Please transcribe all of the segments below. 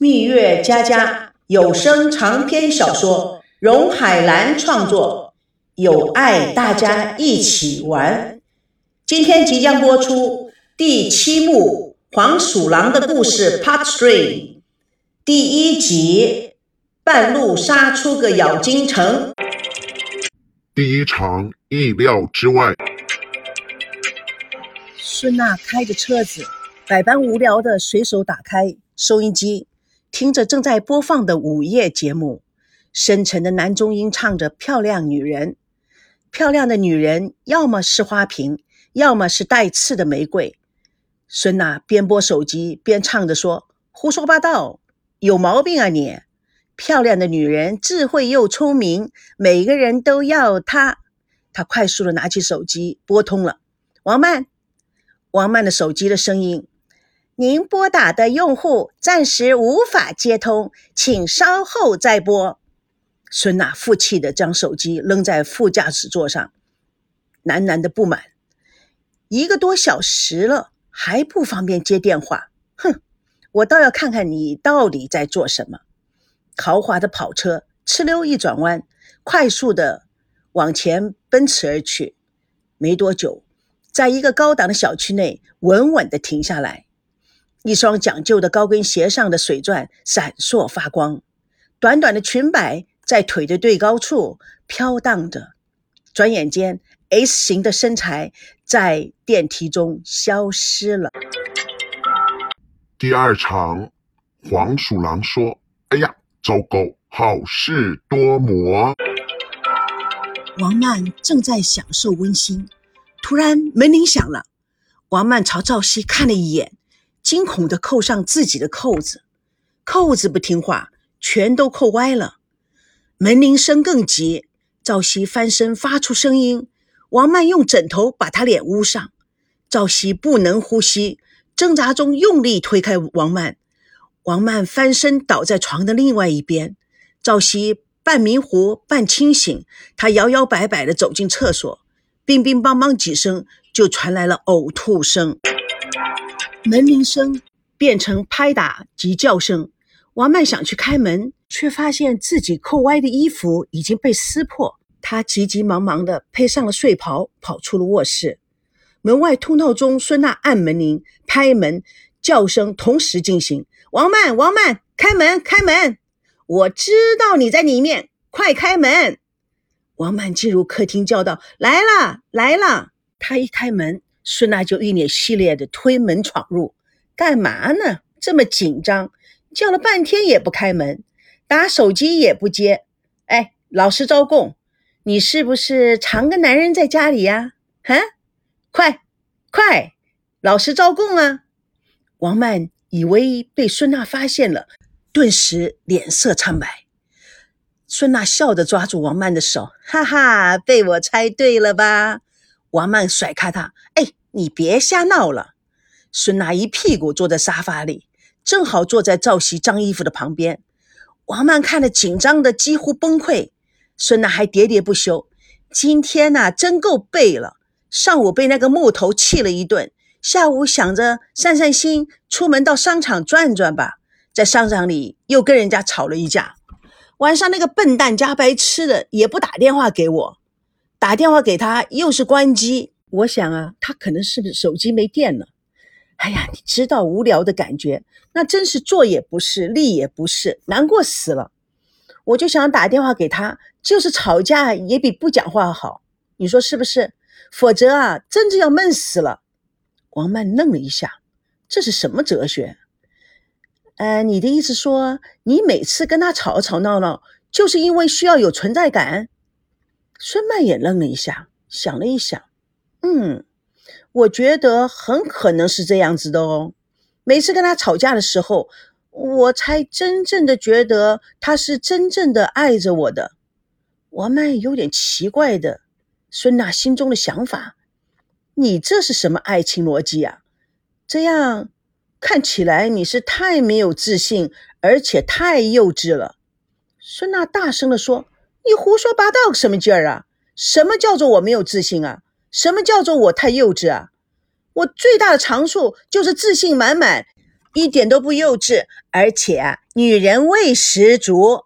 蜜月佳佳有声长篇小说，荣海兰创作，有爱大家一起玩。今天即将播出第7幕黄鼠狼的故事 Part 3第1集，半路杀出个咬金城。 第一场意料之外。 孙娜开着车子，百般无聊的随手打开收音机，听着正在播放的午夜节目，深沉的男中音唱着漂亮女人。漂亮的女人要么是花瓶，要么是带刺的玫瑰。孙娜边拨手机边唱着说，胡说八道，有毛病啊你！漂亮的女人智慧又聪明，每个人都要她。她快速的拿起手机拨通了，王曼的手机的声音，您拨打的用户暂时无法接通，请稍后再拨。孙娜负气地将手机扔在副驾驶座上，喃喃的不满，1个多小时了还不方便接电话，哼，我倒要看看你到底在做什么。豪华的跑车哧溜一转弯，快速地往前奔驰而去，没多久在一个高档的小区内稳稳地停下来，一双讲究的高跟鞋上的水钻闪烁发光，短短的裙摆在腿的最高处飘荡着，转眼间 S 型的身材在电梯中消失了。 第二场，黄鼠狼说，哎呀，糟糕，好事多磨。 王曼正在享受温馨，突然门铃响了，王曼朝赵熙看了一眼，惊恐地扣上自己的扣子，扣子不听话，全都扣歪了。门铃声更急，赵熙翻身发出声音，王曼用枕头把他脸捂上，赵熙不能呼吸，挣扎中用力推开王曼，王曼翻身倒在床的另外一边，赵熙半迷糊半清醒，他摇摇摆摆地走进厕所，乒乒乓乓几声就传来了呕吐声，门铃声变成拍打及叫声。王曼想去开门，却发现自己扣歪的衣服已经被撕破，他急急忙忙地披上了睡袍，跑出了卧室。门外通道中，孙娜按门铃，拍门，叫声同时进行，王曼，开门，开门！我知道你在里面，快开门！王曼进入客厅叫道，来了！他一开门，孙娜就一脸系列的推门闯入，干嘛呢？这么紧张，叫了半天也不开门，打手机也不接。哎，老实招供，你是不是藏个男人在家里呀？快，老实招供啊！王曼以为被孙娜发现了，顿时脸色苍白。孙娜笑着抓住王曼的手，哈哈，被我猜对了吧？王曼甩开他，哎，你别瞎闹了。孙娜一屁股坐在沙发里，正好坐在赵熙脏衣服的旁边。王曼看得紧张的几乎崩溃，孙娜还喋喋不休，今天真够背了，上午被那个木头气了一顿，下午想着散散心，出门到商场转转吧，在商场里又跟人家吵了一架。晚上那个笨蛋加白痴的也不打电话给我，打电话给他又是关机，我想他可能是手机没电了。哎呀，你知道无聊的感觉，那真是坐也不是，立也不是，难过死了。我就想打电话给他，就是吵架也比不讲话好，你说是不是？否则真是要闷死了。王曼愣了一下，这是什么哲学？你的意思说，你每次跟他吵闹闹，就是因为需要有存在感？孙曼也愣了一下，想了一想，我觉得很可能是这样子的哦。每次跟他吵架的时候，我才真正的觉得他是真正的爱着我的。王曼有点奇怪的孙娜心中的想法，你这是什么爱情逻辑啊？这样看起来你是太没有自信，而且太幼稚了。孙娜大声地说，你胡说八道什么劲儿啊？什么叫做我没有自信啊？什么叫做我太幼稚啊？我最大的长处就是自信满满， 一点都不幼稚，而且女人味十足。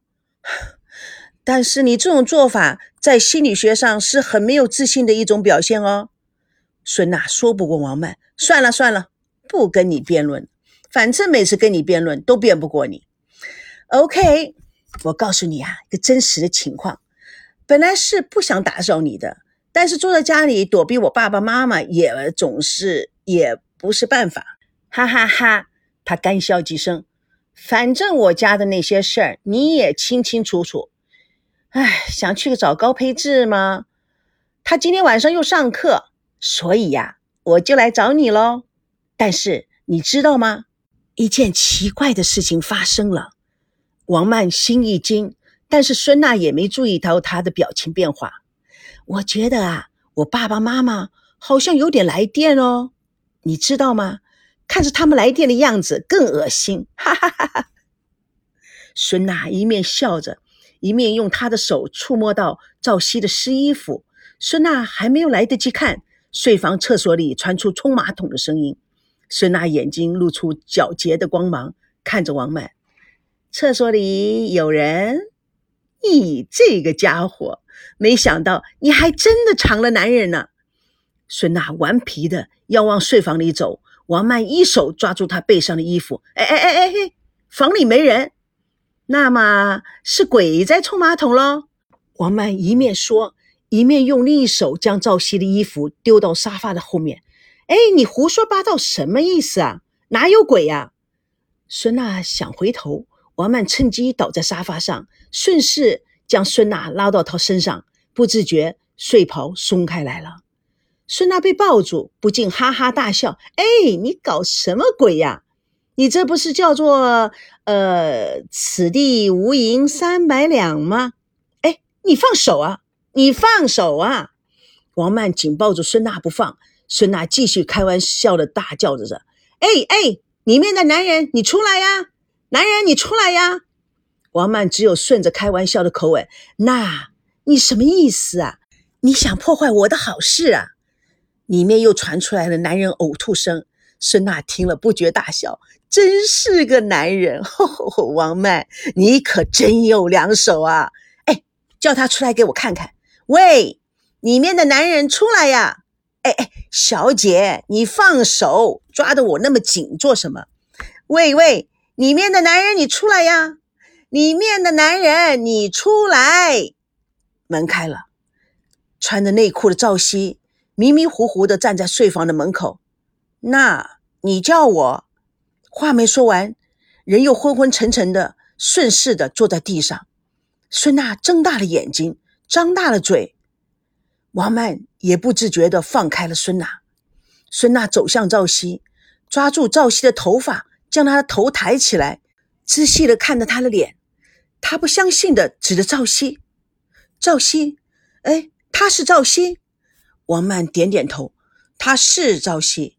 但是你这种做法在心理学上是很没有自信的一种表现哦。孙娜说不过王曼，算了，不跟你辩论，反正每次跟你辩论都辩不过你。OK， 我告诉你一个真实的情况，本来是不想打扰你的，但是坐在家里躲避我爸爸妈妈也不是办法。哈哈哈，他干笑几声，反正我家的那些事儿你也清清楚楚。想去找高培志吗？他今天晚上又上课，所以我就来找你咯。但是你知道吗？一件奇怪的事情发生了。王曼心一惊，但是孙娜也没注意到她的表情变化。我觉得我爸爸妈妈好像有点来电哦，你知道吗？看着他们来电的样子更恶心，哈哈哈哈。孙娜一面笑着，一面用她的手触摸到赵熙的湿衣服。孙娜还没有来得及看，睡房厕所里传出冲马桶的声音。孙娜眼睛露出皎洁的光芒，看着王曼。厕所里有人？咦，这个家伙，没想到你还真的藏了男人呢。孙娜顽皮的要往睡房里走，王曼一手抓住她背上的衣服。房里没人，那么是鬼在冲马桶咯。王曼一面说，一面用另一手将赵熙的衣服丢到沙发的后面。你胡说八道什么意思啊？哪有鬼啊？孙娜想回头，王曼趁机倒在沙发上，顺势将孙娜拉到她身上，不自觉睡袍松开来了。孙娜被抱住，不禁哈哈大笑。你搞什么鬼呀？你这不是叫做此地无银300两吗？你放手啊！你放手啊！王曼紧抱住孙娜不放。孙娜继续开玩笑的大叫着，里面的男人你出来呀！男人你出来呀！王曼只有顺着开玩笑的口吻，那你什么意思啊？你想破坏我的好事啊？里面又传出来了男人呕吐声。孙娜听了不觉大笑，真是个男人。王曼，你可真有两手啊！叫他出来给我看看。喂，里面的男人出来呀！小姐，你放手，抓得我那么紧做什么？喂，里面的男人你出来呀！里面的男人你出来！门开了，穿着内裤的赵熙迷迷糊糊地站在睡房的门口。那你叫我？话没说完，人又昏昏沉沉的顺势地坐在地上。孙娜睁大了眼睛，张大了嘴。王曼也不自觉地放开了孙娜。孙娜走向赵熙，抓住赵熙的头发，将他的头抬起来，仔细地看着他的脸。他不相信地指着赵熙。赵熙，他是赵熙？王曼点点头，他是赵熙。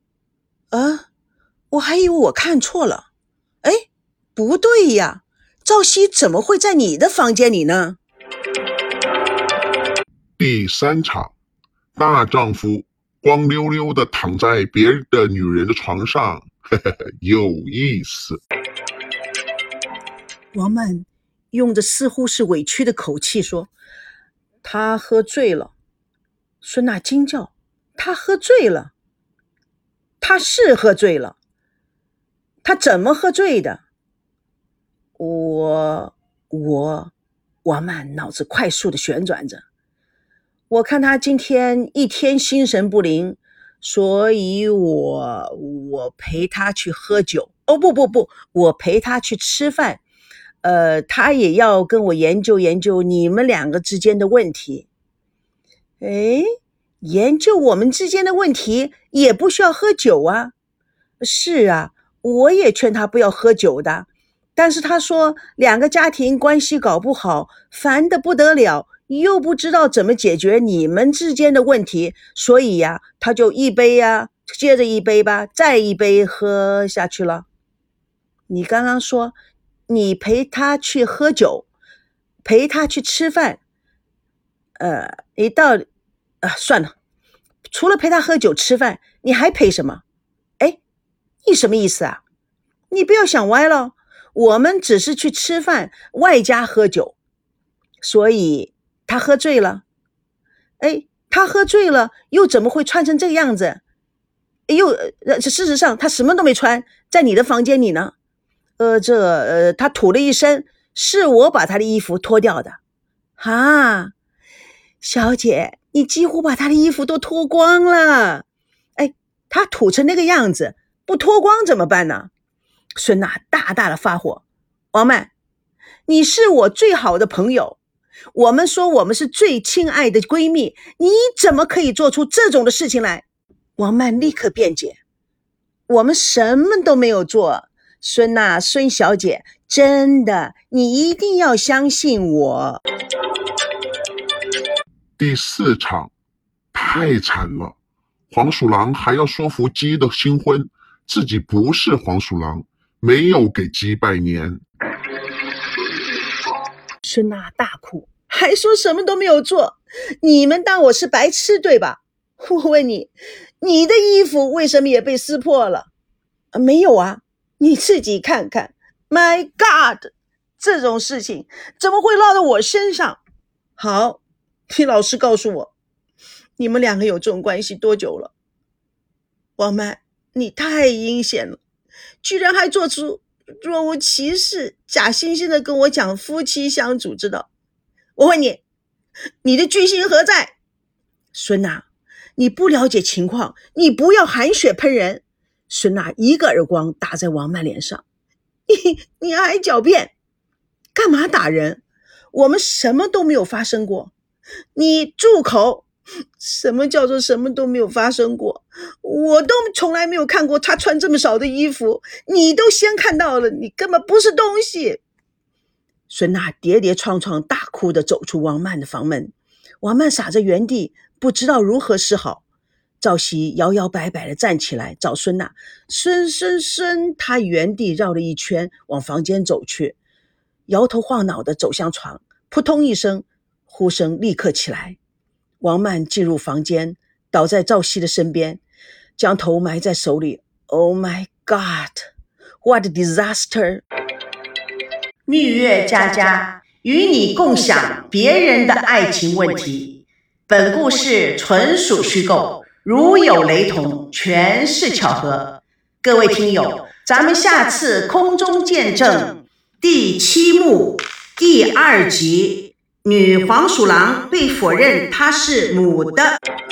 我还以为我看错了。不对呀，赵熙怎么会在你的房间里呢？ 第3场，大丈夫光溜溜地躺在别的女人的床上，有意思。 王曼用着似乎是委屈的口气说，他喝醉了。孙娜惊叫，他喝醉了？他是喝醉了。他怎么喝醉的？王曼脑子快速的旋转着。我看他今天一天心神不灵，所以我陪他去喝酒。不，我陪他去吃饭。他也要跟我研究研究你们两个之间的问题。研究我们之间的问题也不需要喝酒啊。是啊，我也劝他不要喝酒的，但是他说两个家庭关系搞不好，烦得不得了，又不知道怎么解决你们之间的问题，所以他就一杯接着一杯吧，再一杯喝下去了。你刚刚说你陪他去喝酒，陪他去吃饭，你到底算了，除了陪他喝酒吃饭，你还陪什么？ 你什么意思啊？你不要想歪了，我们只是去吃饭，外加喝酒。所以他喝醉了。他喝醉了又怎么会穿成这个样子？事实上他什么都没穿，在你的房间里呢。他吐了一身，是我把他的衣服脱掉的。小姐，你几乎把他的衣服都脱光了。他吐成那个样子，不脱光怎么办呢？孙娜大大的发火。王曼，你是我最好的朋友，我们说我们是最亲爱的闺蜜，你怎么可以做出这种的事情来？王曼立刻辩解，我们什么都没有做，孙娜，孙小姐，真的，你一定要相信我。 第4场太惨了，黄鼠狼还要说服鸡的新婚，自己不是黄鼠狼，没有给鸡拜年。 孙娜大哭，还说什么都没有做，你们当我是白痴对吧？我问你，你的衣服为什么也被撕破了？没有啊，你自己看看。My God， 这种事情怎么会落到我身上？好，你老实告诉我，你们两个有这种关系多久了？王曼，你太阴险了，居然还做出若无其事、假惺惺的跟我讲夫妻相处之道。我问你，你的居心何在？孙娜，你不了解情况，你不要含血喷人。孙娜一个耳光打在王曼脸上。你还狡辩？干嘛打人？我们什么都没有发生过。你住口！什么叫做什么都没有发生过？我都从来没有看过他穿这么少的衣服，你都先看到了，你根本不是东西。孙娜跌跌撞撞大哭地走出王曼的房门，王曼傻在原地，不知道如何是好。赵熙摇摇摆摆地站起来找孙娜，孙，他原地绕了一圈往房间走去，摇头晃脑地走向床，扑通一声，呼声立刻起来。王曼进入房间，倒在赵熙的身边，将头埋在手里。Oh my God, what a disaster！ 蜜月佳佳与你共享别人的爱情问题。本故事纯属虚构，如有雷同，全是巧合。各位听友，咱们下次空中见证第7幕第2集，女黄鼠狼被否认她是母的。